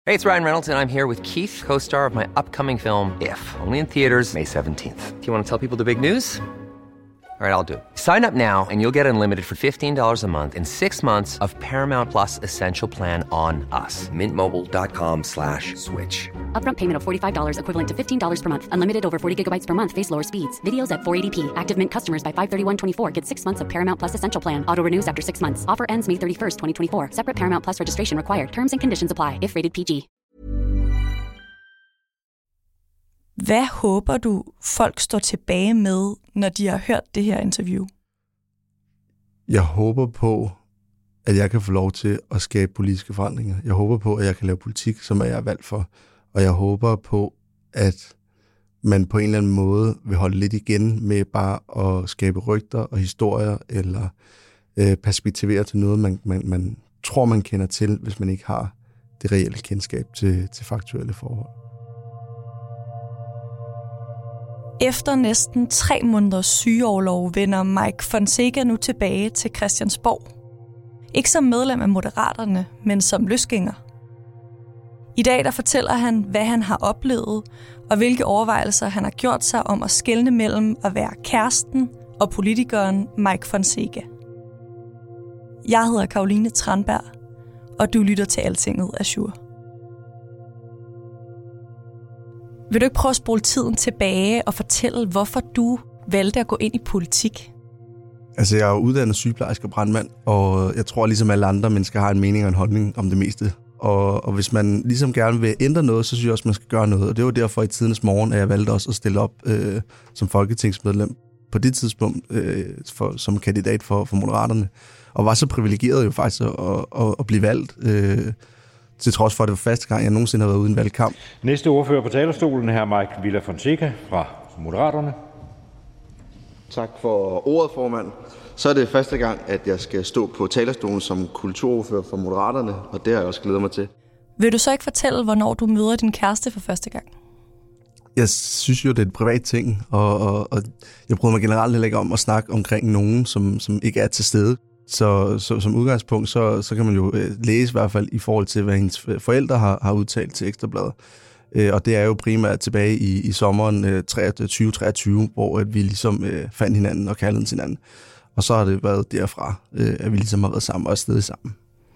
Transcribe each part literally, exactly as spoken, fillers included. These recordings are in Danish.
Hey, it's Ryan Reynolds, and I'm here with Keith, co-star of my upcoming film, If, only in theaters May seventeenth. Do you want to tell people the big news? All right, I'll do it. Sign up now and you'll get unlimited for fifteen dollars a month and six months of Paramount Plus Essential Plan on us. Mint Mobile dot com slash switch. Upfront payment of forty-five dollars equivalent to fifteen dollars per month. Unlimited over forty gigabytes per month. Face lower speeds. Videos at four eighty p. Active Mint customers by five thirty-one twenty-four get six months of Paramount Plus Essential Plan. Auto renews after six months. Offer ends May thirty-first, twenty twenty-four. Separate Paramount Plus registration required. Terms and conditions apply if rated P G. Hvad håber du, folk står tilbage med, når de har hørt det her interview? Jeg håber på, at jeg kan få lov til at skabe politiske forandringer. Jeg håber på, at jeg kan lave politik, som jeg er valgt for. Og jeg håber på, at man på en eller anden måde vil holde lidt igen med bare at skabe rygter og historier, eller øh, perspektivere til noget, man, man, man tror, man kender til, hvis man ikke har det reelle kendskab til, til faktuelle forhold. Efter næsten tre måneders sygeorlov vender Mike Fonseca nu tilbage til Christiansborg. Ikke som medlem af Moderaterne, men som løsgænger. I dag der fortæller han, hvad han har oplevet, og hvilke overvejelser han har gjort sig om at skelne mellem at være kæresten og politikeren Mike Fonseca. Jeg hedder Caroline Tranberg, og du lytter til Altinget Azure. Vil du ikke prøve at spole tiden tilbage og fortælle, hvorfor du valgte at gå ind i politik? Altså, jeg er jo uddannet sygeplejerske og brandmand, og jeg tror, ligesom alle andre mennesker har en mening og en holdning om det meste. Og, og hvis man ligesom gerne vil ændre noget, så synes jeg også, man skal gøre noget. Og det var derfor i tidens morgen, at jeg valgte også at stille op øh, som folketingsmedlem på det tidspunkt øh, for, som kandidat for, for Moderaterne. Og var så privilegeret jo faktisk at, at, at blive valgt, øh, til trods for, at det var første gang, jeg nogensinde har været ude i en valgkamp. Næste ordfører på talerstolen er Mike Villa Fonseca fra Moderaterne. Tak for ordet, formand. Så er det første gang, at jeg skal stå på talerstolen som kulturordfører for Moderaterne, og det har jeg også glædet mig til. Vil du så ikke fortælle, hvornår du møder din kæreste for første gang? Jeg synes jo, det er et privat ting, og, og, og jeg bryder mig generelt heller ikke om at snakke omkring nogen, som, som ikke er til stede. Så, så som udgangspunkt, så, så kan man jo læse i hvert fald i forhold til, hvad hendes forældre har, har udtalt til Ekstra Bladet. Øh, og det er jo primært tilbage i, i sommeren øh, tyve treogtyve, hvor at vi ligesom øh, fandt hinanden og kaldede hinanden. Og så har det været derfra, øh, at vi ligesom har været sammen og afsted sammen.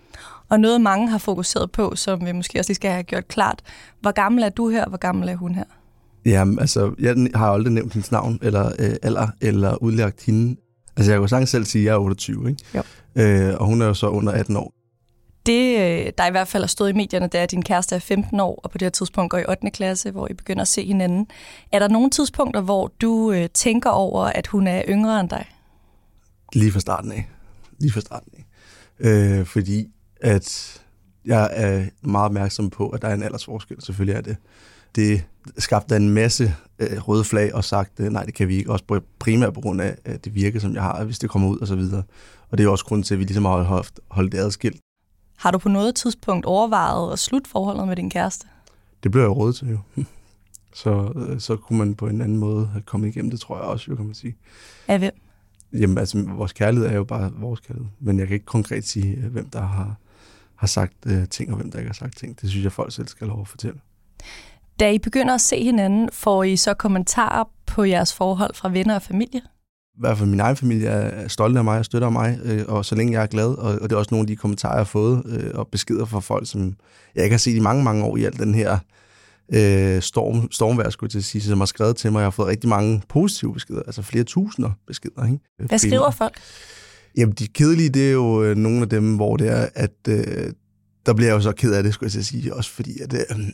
Og noget mange har fokuseret på, som vi måske også lige skal have gjort klart. Hvor gammel er du her, og hvor gammel er hun her? Jamen, altså, jeg har aldrig nævnt hendes navn eller øh, alder, eller udlagt hende. Altså, jeg kan jo sagtens selv sige, at jeg er otteogtyve, ikke? Jo. Øh, og hun er jo så under atten år. Det, der i hvert fald har stået i medierne, det er, at din kæreste er femten år, og på det her tidspunkt går i ottende klasse, hvor I begynder at se hinanden. Er der nogle tidspunkter, hvor du øh, tænker over, at hun er yngre end dig? Lige fra starten af. Lige fra starten af. Øh, fordi at jeg er meget opmærksom på, at der er en aldersforskel. Selvfølgelig er det. Det skabte en masse øh, røde flag og sagt, øh, nej, det kan vi ikke. Også primært på grund af at det virke, som jeg har, hvis det kommer ud og så videre. Og det er også grunden til, at vi ligesom har holdt, holdt det adskilt. Har du på noget tidspunkt overvejet at slutte forholdet med din kæreste? Det blev jeg jo råd til, jo. Så, så kunne man på en anden måde have kommet igennem det, tror jeg også, jo, kan man sige. Af hvem? Jamen, altså, vores kærlighed er jo bare vores kærlighed. Men jeg kan ikke konkret sige, hvem der har, har sagt uh, ting, og hvem der ikke har sagt ting. Det synes jeg, folk selv skal lov at fortælle. Da I begynder at se hinanden, får I så kommentarer på jeres forhold fra venner og familie? I hvert fald min egen familie er stolte af mig og støtter mig, og så længe jeg er glad, og det er også nogle af de kommentarer, jeg har fået, og beskeder fra folk, som jeg ikke har set i mange, mange år i al den her øh, storm, stormvejr, skulle jeg til at sige, som har skrevet til mig. Jeg har fået rigtig mange positive beskeder, altså flere tusinder beskeder. Ikke? Hvad skriver folk? Jamen, de kedelige, det er jo øh, nogle af dem, hvor det er, at øh, der bliver jeg jo så ked af det, skulle jeg til at sige, også fordi, at øh,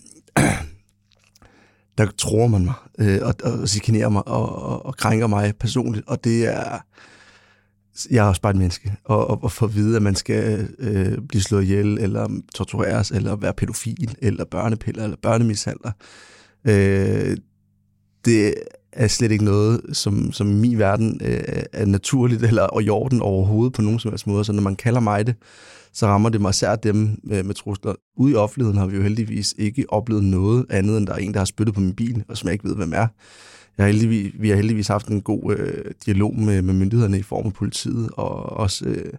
der tror man mig, øh, og, og chikanerer mig, og, og, og krænker mig personligt, og det er, jeg er også bare et menneske, og, og, og få at vide, at man skal øh, blive slået ihjel, eller tortureres, eller være pædofil, eller børnepiller, eller børnemishandler. Øh, det er slet ikke noget, som, som i min verden øh, er naturligt, eller og i orden overhovedet på nogen som helst måde, så når man kalder mig det, så rammer det mig især dem med, med trusler. Ude i offentligheden har vi jo heldigvis ikke oplevet noget andet, end der er en, der har spyttet på min bil, og som jeg ikke ved, hvem er. Jeg har heldigvis, vi har heldigvis haft en god øh, dialog med, med myndighederne i form af politiet, og også øh,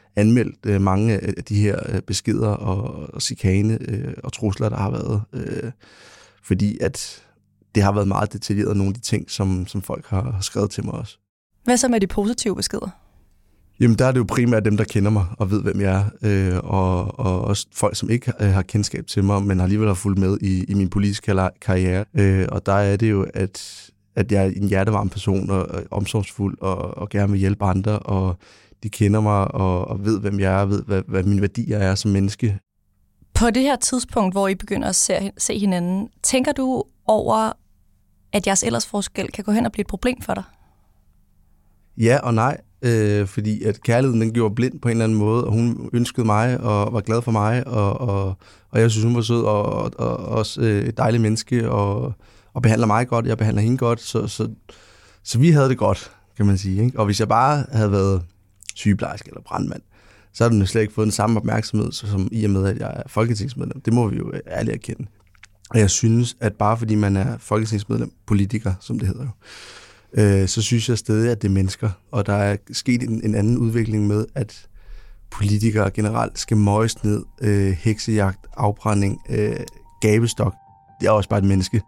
anmeldt øh, mange af de her øh, beskeder og, og chikane øh, og trusler, der har været. Øh, fordi at det har været meget detaljeret, nogle af de ting, som, som folk har skrevet til mig også. Hvad så med de positive beskeder? Jamen, der er det jo primært dem, der kender mig og ved, hvem jeg er. Øh, og, og også folk, som ikke øh, har kendskab til mig, men har alligevel har fulgt med i, i min politiske karriere. Øh, og der er det jo, at, at jeg er en hjertevarm person og, og omsorgsfuld og, og gerne vil hjælpe andre. Og de kender mig og, og ved, hvem jeg er, og ved, hvad, hvad mine værdier er som menneske. På det her tidspunkt, hvor I begynder at se, se hinanden, tænker du over, at jeres ellers forskel kan gå hen og blive et problem for dig? Ja og nej, øh, fordi at kærligheden den gjorde blind på en eller anden måde, og hun ønskede mig og var glad for mig, og, og, og jeg synes, hun var sød og, og, og også et dejligt menneske, og, og behandler mig godt, jeg behandler hende godt, så, så, så vi havde det godt, kan man sige. Ikke? Og hvis jeg bare havde været sygeplejerske eller brandmand, så havde den slet ikke fået den samme opmærksomhed, som i og med, at jeg er folketingsmedlem. Det må vi jo ærligt erkende. Og jeg synes, at bare fordi man er folketingsmedlem, politiker, som det hedder jo, øh, så synes jeg stadig, at det er mennesker. Og der er sket en, en anden udvikling med, at politikere generelt skal møjes ned, øh, heksejagt, afbrænding, øh, gabestok. Det er også bare et menneske.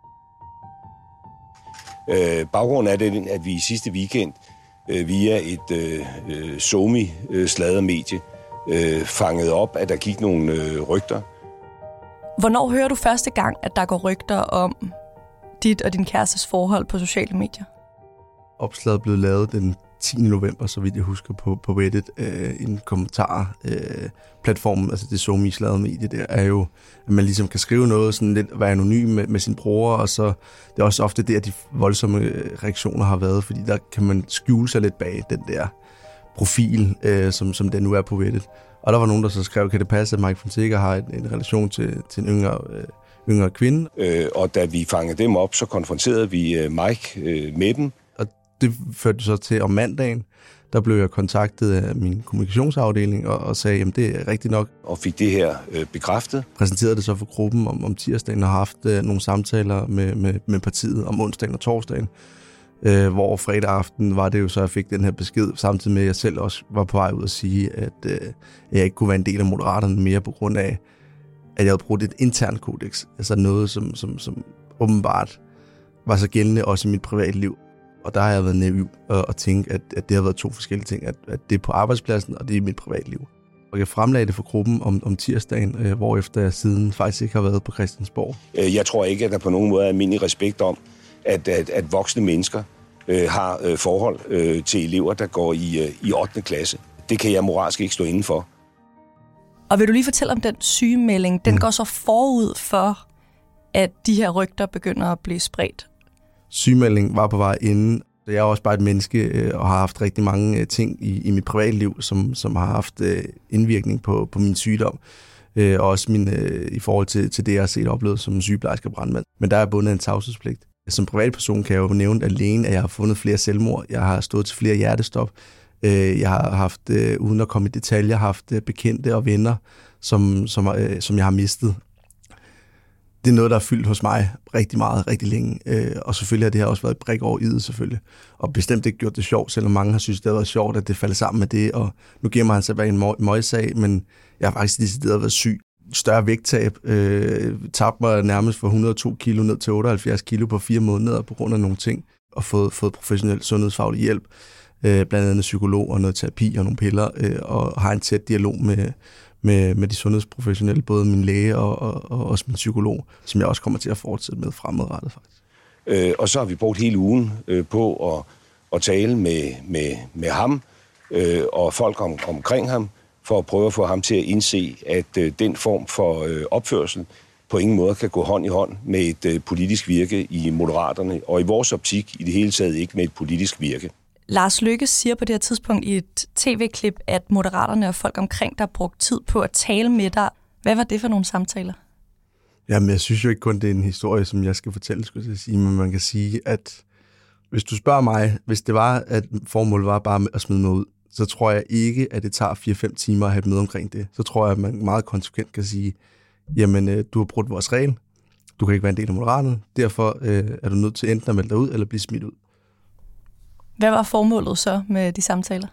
Øh, baggrunden er det, at vi i sidste weekend øh, via et øh, somi-sladdermedie øh, fangede op, at der gik nogle øh, rygter. Hvornår hører du første gang, at der går rygter om dit og din kærestes forhold på sociale medier? Opslaget blev lavet den tiende november, så vidt jeg husker, på, på Reddit. Øh, en kommentarplatformen, øh, altså det somi-sladdermedie der, er jo, at man ligesom kan skrive noget, sådan lidt være anonym med, med sin bror, og så det er også ofte der, de voldsomme reaktioner har været, fordi der kan man skjule sig lidt bag den der profil, øh, som, som den nu er på Reddit. Og der var nogen, der så skrev, kan det passe, at Mike Fonseca har en, en relation til, til en yngre, øh, yngre kvinde? Øh, og da vi fangede dem op, så konfronterede vi øh, Mike øh, med dem. Og det førte så til om mandagen, der blev jeg kontaktet af min kommunikationsafdeling og, og sagde, jamen det er rigtigt nok. Og fik det her øh, bekræftet. Præsenterede det så for gruppen om, om tirsdagen og har haft øh, nogle samtaler med, med, med partiet om onsdagen og torsdagen. Øh, hvor fredag aften var det jo så, at jeg fik den her besked, samtidig med, at jeg selv også var på vej ud at sige, at øh, jeg ikke kunne være en del af Moderaterne mere på grund af, at jeg havde brugt et internt kodex. Altså noget, som, som, som åbenbart var så gældende også i mit private liv. Og der har jeg været naiv og, og tænkt, at, at det har været to forskellige ting. At, at det er på arbejdspladsen, og det er i mit privatliv. Og jeg fremlagde det for gruppen om, om tirsdagen, øh, hvorefter jeg siden faktisk ikke har været på Christiansborg. Jeg tror ikke, at der på nogen måde er almindelig respekt om, At, at, at voksne mennesker øh, har øh, forhold øh, til elever, der går i, øh, i ottende klasse. Det kan jeg moralsk ikke stå inden for. Og vil du lige fortælle om den sygemelding? Den mm. går så forud for, at de her rygter begynder at blive spredt. Sygemelding var på vej inden. Jeg er også bare et menneske øh, og har haft rigtig mange øh, ting i, i mit privatliv, som, som har haft øh, indvirkning på, på min sygdom. Øh, og også min, øh, i forhold til, til det, jeg har set og oplevet som sygeplejerske og brandmand. Men der er bundet en tavshedspligt. Som privatperson kan jeg jo nævne alene, at jeg har fundet flere selvmord. Jeg har stået til flere hjertestop. Jeg har haft, uden at komme i detaljer, haft bekendte og venner, som, som, som jeg har mistet. Det er noget, der er fyldt hos mig rigtig meget, rigtig længe. Og selvfølgelig har det her også været et brik over i'et, selvfølgelig. Og bestemt ikke gjort det sjovt, selvom mange har synes, det har været sjovt, at det falder sammen med det. Og nu giver mig han sig bare en møgssag, men jeg har faktisk decideret været syg. Større vægttab, øh, tabte mig nærmest fra et hundrede og to kilo ned til otteoghalvfjerds kilo på fire måneder på grund af nogle ting, og fået, fået professionel sundhedsfaglig hjælp, øh, blandt andet psykolog og noget terapi og nogle piller, øh, og har en tæt dialog med, med, med de sundhedsprofessionelle, både min læge og, og, og også min psykolog, som jeg også kommer til at fortsætte med fremadrettet faktisk. Øh, og så har vi brugt hele ugen øh, på at, at tale med, med, med ham øh, og folk om, omkring ham, for at prøve at få ham til at indse, at øh, den form for øh, opførsel på ingen måde kan gå hånd i hånd med et øh, politisk virke i Moderaterne, og i vores optik i det hele taget ikke med et politisk virke. Lars Løkke siger på det her tidspunkt i et tv-klip, at Moderaterne og folk omkring der har brugt tid på at tale med dig. Hvad var det for nogle samtaler? Jamen, jeg synes jo ikke kun, det er en historie, som jeg skal fortælle, skulle jeg sige, men man kan sige, at hvis du spørger mig, hvis det var, at formålet var bare at smide mig ud, så tror jeg ikke, at det tager fire fem timer at have et møde omkring det. Så tror jeg, at man meget konsekvent kan sige, jamen, du har brudt vores regel, du kan ikke være en del af Moderaterne, derfor øh, er du nødt til enten at melde dig ud eller blive smidt ud. Hvad var formålet så med de samtaler?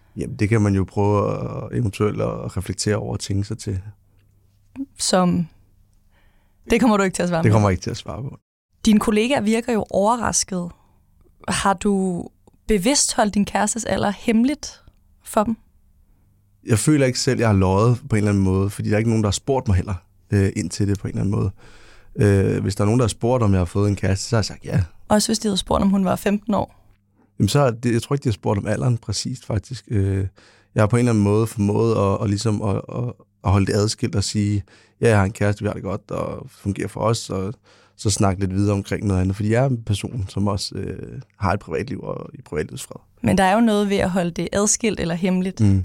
Jamen, det kan man jo prøve at, eventuelt at reflektere over og tænke sig til. Som... Det kommer du ikke til at svare på. Det kommer jeg ikke til at svare på. Dine kollegaer virker jo overrasket. Har du bevidst holdt din kærestes alder hemmeligt for dem? Jeg føler ikke selv, at jeg har løjet på en eller anden måde, fordi der er ikke nogen, der har spurgt mig heller øh, ind til det på en eller anden måde. Øh, hvis der er nogen, der har spurgt, om jeg har fået en kæreste, så har jeg sagt ja. Også hvis de havde spurgt, om hun var femten år? Jamen, så det, jeg tror ikke, de har spurgt om alderen præcist, faktisk. Øh, jeg har på en eller anden måde formået at, at, ligesom at, at, at holde det adskilt og sige, ja, jeg har en kæreste, vi har det godt, og fungerer for os, og så snakke lidt videre omkring noget andet. Fordi jeg er en person, som også øh, har et privatliv og i privatlivsfred. Men der er jo noget ved at holde det adskilt eller hemmeligt. Mm.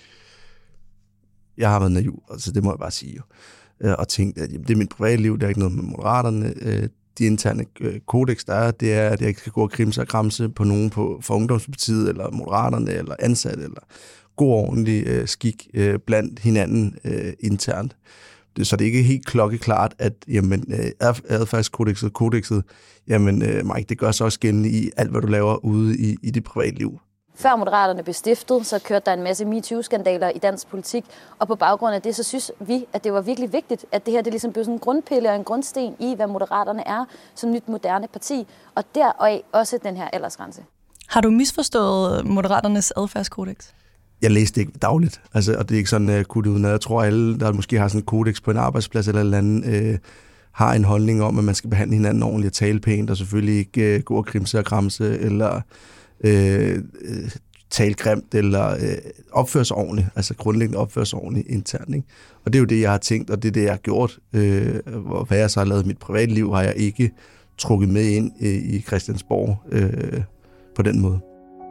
Jeg har været naiv, altså det må jeg bare sige jo. Og tænkt, at jamen, det er mit privatliv, det er ikke noget med Moderaterne. De interne kodex, der er, det er, at jeg ikke skal gå og krimse og kramse på nogen på, for Ungdomspartiet, eller Moderaterne, eller ansatte, eller god ordentlig øh, skik øh, blandt hinanden øh, internt. Det, så det er ikke helt klokkeklart, at jamen, øh, adfærdskodexet, kodexet, jamen øh, Mike, det gør så også gældende i alt, hvad du laver ude i, i dit privatliv. Før Moderaterne blev stiftet, så kørte der en masse MeToo-skandaler i dansk politik, og på baggrund af det, så synes vi, at det var virkelig vigtigt, at det her det ligesom blev sådan en grundpille og en grundsten i, hvad Moderaterne er som nyt moderne parti, og deraf også den her aldersgrænse. Har du misforstået Moderaternes adfærdskodex? Jeg læste ikke dagligt, altså, og det er ikke sådan, at jeg kunne det uden. Jeg tror, alle, der måske har sådan en kodex på en arbejdsplads eller eller andet, øh, har en holdning om, at man skal behandle hinanden ordentligt og tale pænt, og selvfølgelig ikke øh, gå og krimse og kramse, eller øh, øh, tale grimt, eller øh, opføre sig ordentligt, altså grundlæggende opføre sig ordentligt internt. Ikke? Og det er jo det, jeg har tænkt, og det er det, jeg har gjort. Øh, og hvad jeg så har lavet i mit privatliv, har jeg ikke trukket med ind øh, i Christiansborg øh, på den måde.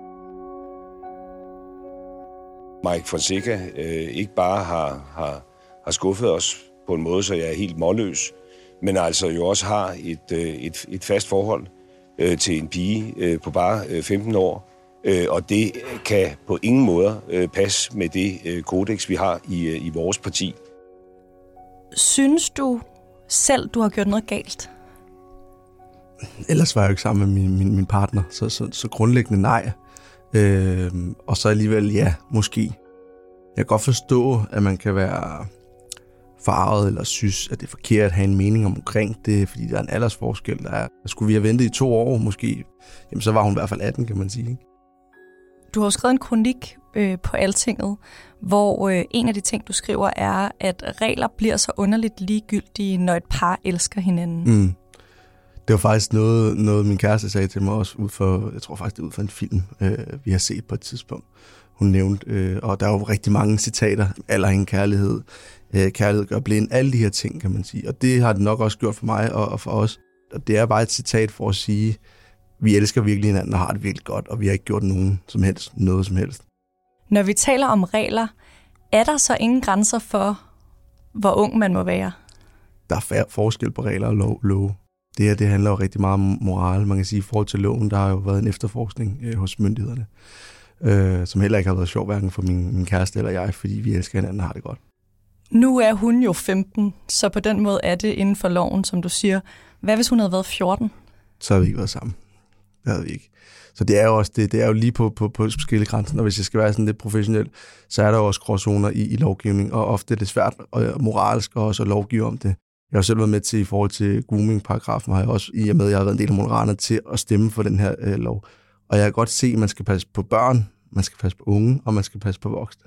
Mike Fonseca øh, ikke bare har, har, har skuffet os på en måde, så jeg er helt målløs, men altså jo også har et, øh, et, et fast forhold øh, til en pige øh, på bare øh, femten år, øh, og det kan på ingen måde øh, passe med det øh, kodex, vi har i, øh, i vores parti. Synes du selv, du har gjort noget galt? Ellers var jeg jo ikke sammen med min, min, min partner, så, så, så grundlæggende nej. Øh, og så alligevel ja, måske. Jeg kan godt forstå, at man kan være forarvet eller synes, at det er forkert at have en mening omkring det, fordi der er en aldersforskel, der er. Skulle vi have ventet i to år måske, jamen så var hun i hvert fald atten, kan man sige. Ikke? Du har jo skrevet en kronik øh, på Altinget, hvor øh, en af de ting, du skriver, er, at regler bliver så underligt ligegyldige, når et par elsker hinanden. Mm. Det var faktisk noget, noget min kæreste sagde til mig også, ud for, jeg tror faktisk det er ud fra en film, øh, vi har set på et tidspunkt. Hun nævnte, øh, og der er jo rigtig mange citater, alder ingen kærlighed, øh, kærlighed gør blind, alle de her ting, kan man sige. Og det har det nok også gjort for mig og, og for os. Og det er bare et citat for at sige, vi elsker virkelig hinanden og har det virkelig godt, og vi har ikke gjort nogen som helst, noget som helst. Når vi taler om regler, er der så ingen grænser for, hvor ung man må være? Der er forskel på regler og lov, love. Det her, det handler jo rigtig meget om moral. Man kan sige, i forhold til loven, der har jo været en efterforskning øh, hos myndighederne, øh, som heller ikke har været sjov, hverken for min, min kæreste eller jeg, fordi vi elsker hinanden og har det godt. Nu er hun jo femten, så på den måde er det inden for loven, som du siger. Hvad hvis hun havde været fjorten? Så havde vi ikke været sammen. Det havde vi ikke. Så det er jo også det, det er jo lige på, på, på skillegrænsen, og hvis jeg skal være sådan lidt professionel, så er der jo også gråzoner i, i lovgivning, og ofte er det svært og moralsk også at lovgive om det. Jeg har selv været med til, i forhold til grooming-paragrafen, har jeg også, i og med, at jeg har været en del af Moderaterne, til at stemme for den her øh, lov. Og jeg kan godt se, at man skal passe på børn, man skal passe på unge, og man skal passe på voksne.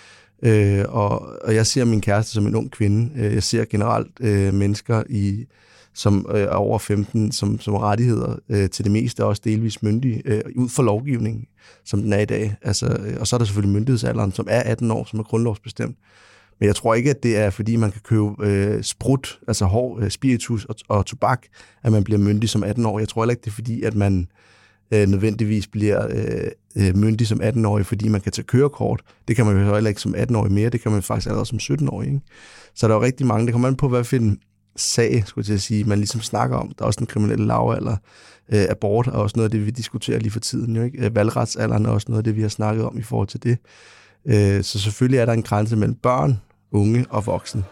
Øh, og, og jeg ser min kæreste som en ung kvinde. Øh, jeg ser generelt øh, mennesker, i, som øh, er over femten, som, som rettigheder øh, til det meste, også delvis myndige, øh, ud for lovgivningen, som den er i dag. Altså, øh, og så er der selvfølgelig myndighedsalderen, som er atten år, som er grundlovsbestemt. Men jeg tror ikke, at det er, fordi man kan købe øh, sprut, altså hård øh, spiritus og, og tobak, at man bliver myndig som atten år. Jeg tror heller ikke, det er fordi, at man øh, nødvendigvis bliver øh, myndig som atten-årig, fordi man kan tage kørekort. Det kan man jo heller ikke som atten-årig mere, det kan man faktisk allerede som sytten-årig. Ikke? Så der er jo rigtig mange, det kommer man på, hvad for en sag, skulle jeg til at sige, man ligesom snakker om. Der er også den kriminelle lavalder, øh, abort er også noget af det, vi diskuterer lige for tiden. Jo, ikke? Valgretsalderen er også noget af det, vi har snakket om i forhold til det. Øh, så selvfølgelig er der en grænse mellem børn, unge og voksne.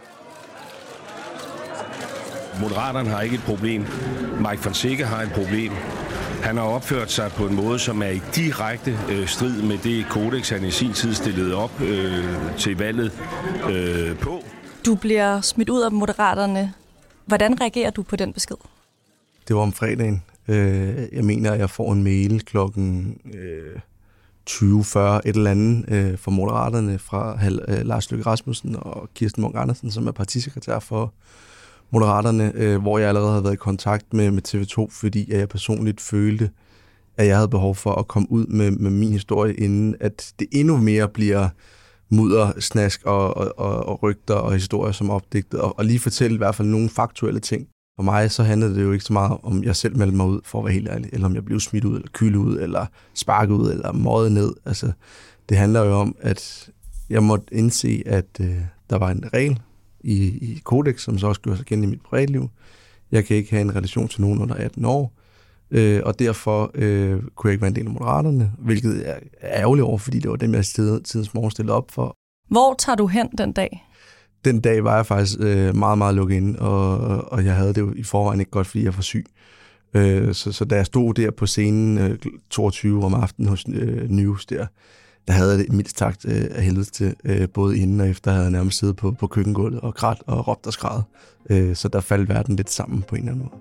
Moderaterne har ikke et problem. Mike Fonseca har et problem. Han har opført sig på en måde, som er i direkte øh, strid med det kodex, han i sin tid stillede op øh, til valget øh, på. Du bliver smidt ud af Moderaterne. Hvordan reagerer du på den besked? Det var om fredagen. Jeg mener, at jeg får en mail klokken tyve fyrre et eller andet fra Moderaterne fra Lars Løkke Rasmussen og Kirsten Munk Andersen, som er partisekretær for Moderaterne, hvor jeg allerede havde været i kontakt med, med T V to, fordi jeg personligt følte, at jeg havde behov for at komme ud med, med min historie, inden at det endnu mere bliver mudder, snask og, og, og rygter og historier som opdigtet, og, og lige fortælle i hvert fald nogle faktuelle ting. For mig så handlede det jo ikke så meget om, jeg selv meldte mig ud, for at være helt ærlig, eller om jeg blev smidt ud, eller kylet ud, eller sparket ud, eller møjet ned. Altså, det handler jo om, at jeg måtte indse, at øh, der var en regel i, i Codex, som så også gjorde sig igen i mit privatliv. Jeg kan ikke have en relation til nogen under atten år, øh, og derfor øh, kunne jeg ikke være en del af Moderaterne, hvilket er ærgerligt over, fordi det var dem, jeg tidens morgen stillede op for. Hvor tager du hen den dag? Den dag var jeg faktisk øh, meget, meget lukket inde, og, og jeg havde det jo i forvejen ikke godt, fordi jeg var syg. Øh, så, så da jeg stod der på scenen øh, toogtyve om aftenen hos øh, News der, der havde jeg det mildt takt øh, af helvede til, øh, både inden og efter, havde jeg nærmest siddet på, på køkkengulvet og grædt og råbt og skrædet. Øh, så der faldt verden lidt sammen på en eller anden måde.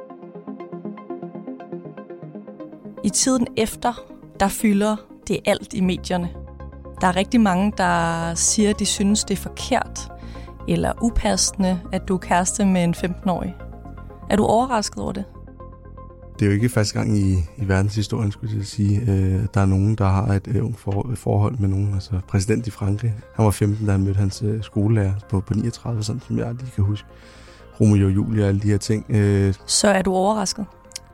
I tiden efter, der fylder det alt i medierne. Der er rigtig mange, der siger, at de synes, det er forkert eller upassende, at du er kæreste med en femten-årig. Er du overrasket over det? Det er jo ikke første gang i, i verdenshistorien, skulle jeg sige. Øh, der er nogen, der har et øh, for, forhold med nogen. Altså præsident i Frankrig. Han var femten, da han mødte hans øh, skolelærer på, på niogtredive, sådan som jeg lige kan huske. Romeo og Julie og alle de her ting. Øh, Så er du overrasket?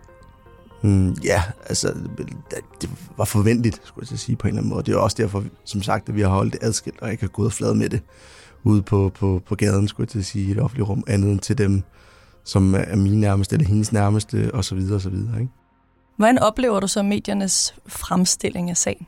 Mm, ja, altså, det var forventeligt, skulle jeg sige, på en eller anden måde. Det er også derfor, som sagt, at vi har holdt det adskilt, og ikke har gået flad med det ude på, på, på gaden, skulle jeg sige, i det offentlige rum, andet end til dem, som er mine nærmeste, eller hendes nærmeste, og så videre, og så videre, ikke? Hvordan oplever du så mediernes fremstilling af sagen?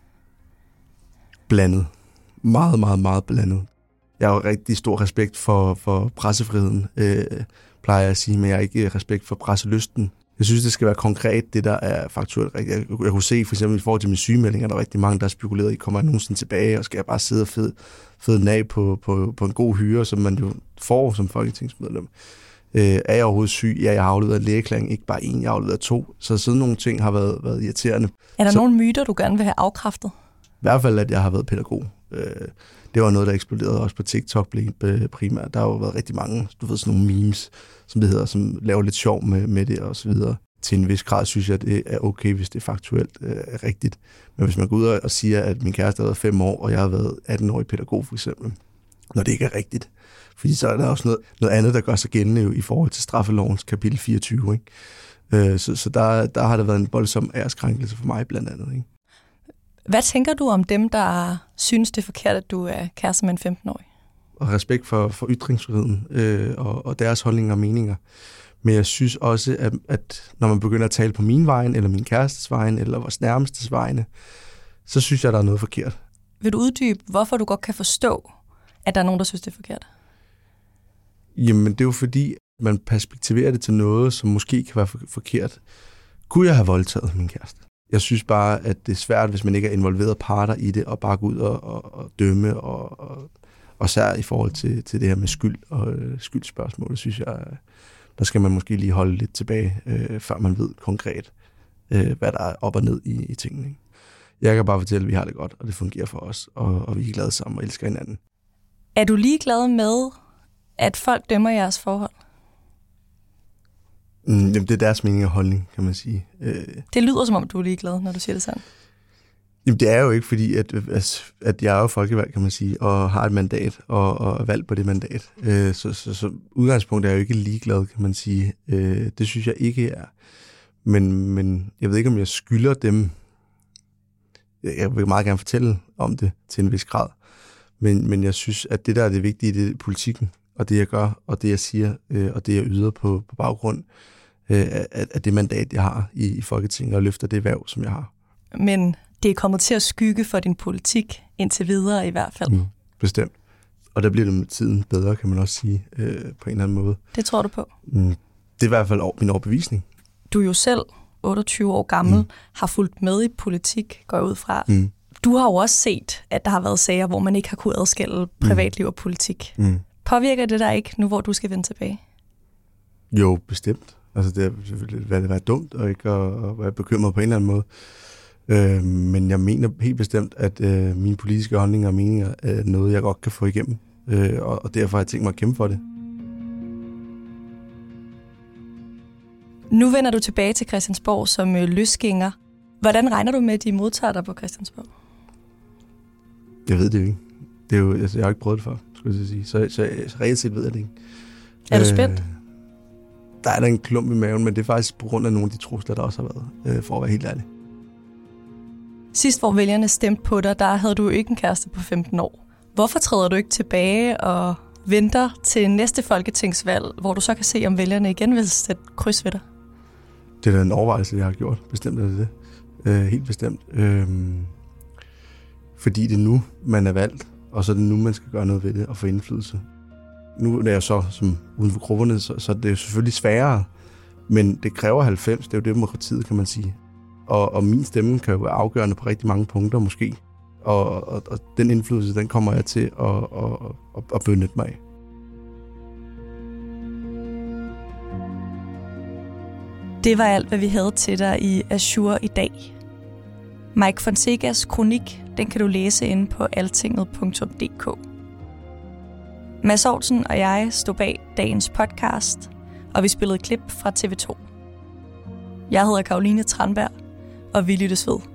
Blandet. Meget, meget, meget blandet. Jeg har jo rigtig stor respekt for, for pressefriheden, øh, plejer jeg at sige, men jeg har ikke respekt for presselysten. Jeg synes, det skal være konkret, det der er faktuelt rigtigt. Jeg, jeg kunne se, for eksempel i forhold til min sygemeldinger, der er rigtig mange, der har spekuleret i, kommer jeg nogensinde tilbage, og skal jeg bare sidde og fede, fede den af på, på, på en god hyre, som man jo får som folketingsmedlem. Øh, er jeg overhovedet syg? Ja, jeg har afleveret lægeerklæring, ikke bare en, jeg har afleveret to. Så sådan nogle ting har været, været irriterende. Er der så, nogle myter, du gerne vil have afkræftet? I hvert fald, at jeg har været pædagog. Øh, det var noget, der eksploderede også på TikTok primært. Der har jo været rigtig mange, du ved, sådan nogle memes, som det hedder, som laver lidt sjov med, med det og så videre. Til en vis grad synes jeg, at det er okay, hvis det er faktuelt øh, er rigtigt. Men hvis man går ud og siger, at min kæreste har været fem år, og jeg har været atten-årig pædagog for eksempel, når det ikke er rigtigt. Fordi så er der også noget, noget andet, der gør sig gældende i forhold til straffelovens kapitel fireogtyve. Ikke? Øh, så så der, der har der været en voldsom æreskrænkelse for mig blandt andet. Ikke? Hvad tænker du om dem, der synes, det er forkert, at du er kæreste med en femten-årig? Og respekt for, for ytringsfriheden øh, og, og deres holdninger og meninger. Men jeg synes også, at, at når man begynder at tale på min vejen, eller min kærestes vejen, eller vores nærmestes vegne, så synes jeg, der er noget forkert. Vil du uddybe, hvorfor du godt kan forstå, at der er nogen, der synes, det er forkert? Jamen, det er jo fordi, man perspektiverer det til noget, som måske kan være forkert. Kunne jeg have voldtaget min kæreste? Jeg synes bare, at det er svært, hvis man ikke er involveret parter i det, og bare gå ud og, og, og dømme, og, og, og sær i forhold til, til det her med skyld og øh, skyldspørgsmål, synes jeg, der skal man måske lige holde lidt tilbage, øh, før man ved konkret, øh, hvad der er op og ned i, i tingene. Ikke? Jeg kan bare fortælle, at vi har det godt, og det fungerer for os, og, og vi er glade sammen og elsker hinanden. Er du ligeglad med, at folk dømmer jeres forhold? Mm, jamen, det er deres mening og holdning, kan man sige. Øh, det lyder, som om du er ligeglad, når du siger det sådan. Jamen, det er jo ikke fordi, at, at jeg er jo folkevalgt, kan man sige, og har et mandat, og, og er valgt på det mandat. Øh, så, så, så udgangspunktet er jeg jo ikke ligeglad, kan man sige. Øh, det synes jeg ikke er. Men, men jeg ved ikke, om jeg skylder dem. Jeg vil meget gerne fortælle om det til en vis grad. Men, men jeg synes, at det der er det vigtige, det er politikken, og det jeg gør, og det jeg siger, øh, og det jeg yder på, på baggrund øh, af, af det mandat, jeg har i, i Folketinget, og løfter det værv, som jeg har. Men det er kommet til at skygge for din politik, indtil videre i hvert fald. Mm, bestemt. Og der bliver det med tiden bedre, kan man også sige, øh, på en eller anden måde. Det tror du på? Mm, det er i hvert fald min overbevisning. Du er jo selv otteogtyve år gammel, mm. har fulgt med i politik, går jeg ud fra. Mm. Du har jo også set, at der har været sager, hvor man ikke har kunnet adskille privatliv og politik. Mm. Påvirker det dig ikke, nu hvor du skal vende tilbage? Jo, bestemt. Altså det er selvfølgelig været, været dumt, og ikke at, at være bekymret på en eller anden måde. Øh, men jeg mener helt bestemt, at øh, mine politiske holdninger og meninger er noget, jeg godt kan få igennem. Øh, og, og derfor har jeg tænkt mig at kæmpe for det. Nu vender du tilbage til Christiansborg som øh, løsgænger. Hvordan regner du med, at de modtager dig på Christiansborg? Jeg ved det jo ikke. Det er jo, altså, jeg har ikke prøvet det før, skulle jeg sige. Så, så, så reelt set ved jeg det ikke. Er du spændt? Øh, der er der en klump i maven, men det er faktisk på grund af nogle af de trusler, der også har været, øh, for at være helt ærlig. Sidst, hvor vælgerne stemte på dig, der havde du ikke en kæreste på femten år. Hvorfor træder du ikke tilbage og venter til næste folketingsvalg, hvor du så kan se, om vælgerne igen vil sætte kryds ved dig? Det er da en overvejelse, jeg har gjort. Bestemt er det det. Øh, helt bestemt. Øh, fordi det er nu, man er valgt, og så er det nu, man skal gøre noget ved det og få indflydelse. Nu er jeg så som uden for grupperne, så, så det er jo selvfølgelig sværere, men det kræver halvfems, det er jo demokratiet, kan man sige. Og, og min stemme kan jo være afgørende på rigtig mange punkter måske. Og, og, og den indflydelse, den kommer jeg til at, at, at, at benytte mig af. Det var alt, hvad vi havde til dig i Azure i dag. Mike Fonsecas kronik, den kan du læse inde på altinget punktum d k. Mads Aarhusen og jeg stod bag dagens podcast, og vi spillede klip fra T V to. Jeg hedder Caroline Tranberg, og vi lyttes ved.